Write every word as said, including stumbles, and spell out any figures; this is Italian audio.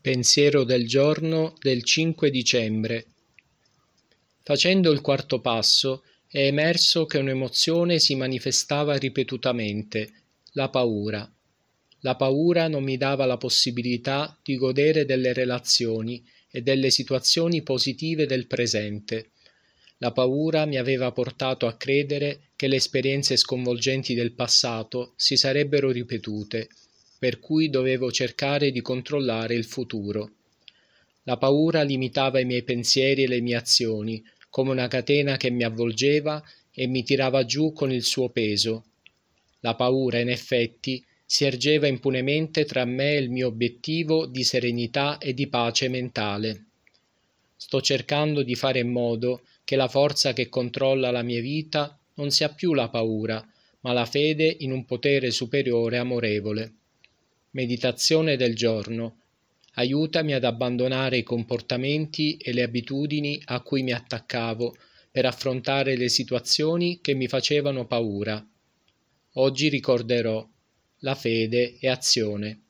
Pensiero del giorno del cinque dicembre. Facendo il quarto passo è emerso che un'emozione si manifestava ripetutamente, la paura. La paura non mi dava la possibilità di godere delle relazioni e delle situazioni positive del presente. La paura mi aveva portato a credere che le esperienze sconvolgenti del passato si sarebbero ripetute, per cui dovevo cercare di controllare il futuro. La paura limitava i miei pensieri e le mie azioni, come una catena che mi avvolgeva e mi tirava giù con il suo peso. La paura, in effetti, si ergeva impunemente tra me e il mio obiettivo di serenità e di pace mentale. Sto cercando di fare in modo che la forza che controlla la mia vita non sia più la paura, ma la fede in un potere superiore amorevole. Meditazione del giorno. Aiutami ad abbandonare i comportamenti e le abitudini a cui mi attaccavo per affrontare le situazioni che mi facevano paura. Oggi ricorderò: la fede è azione.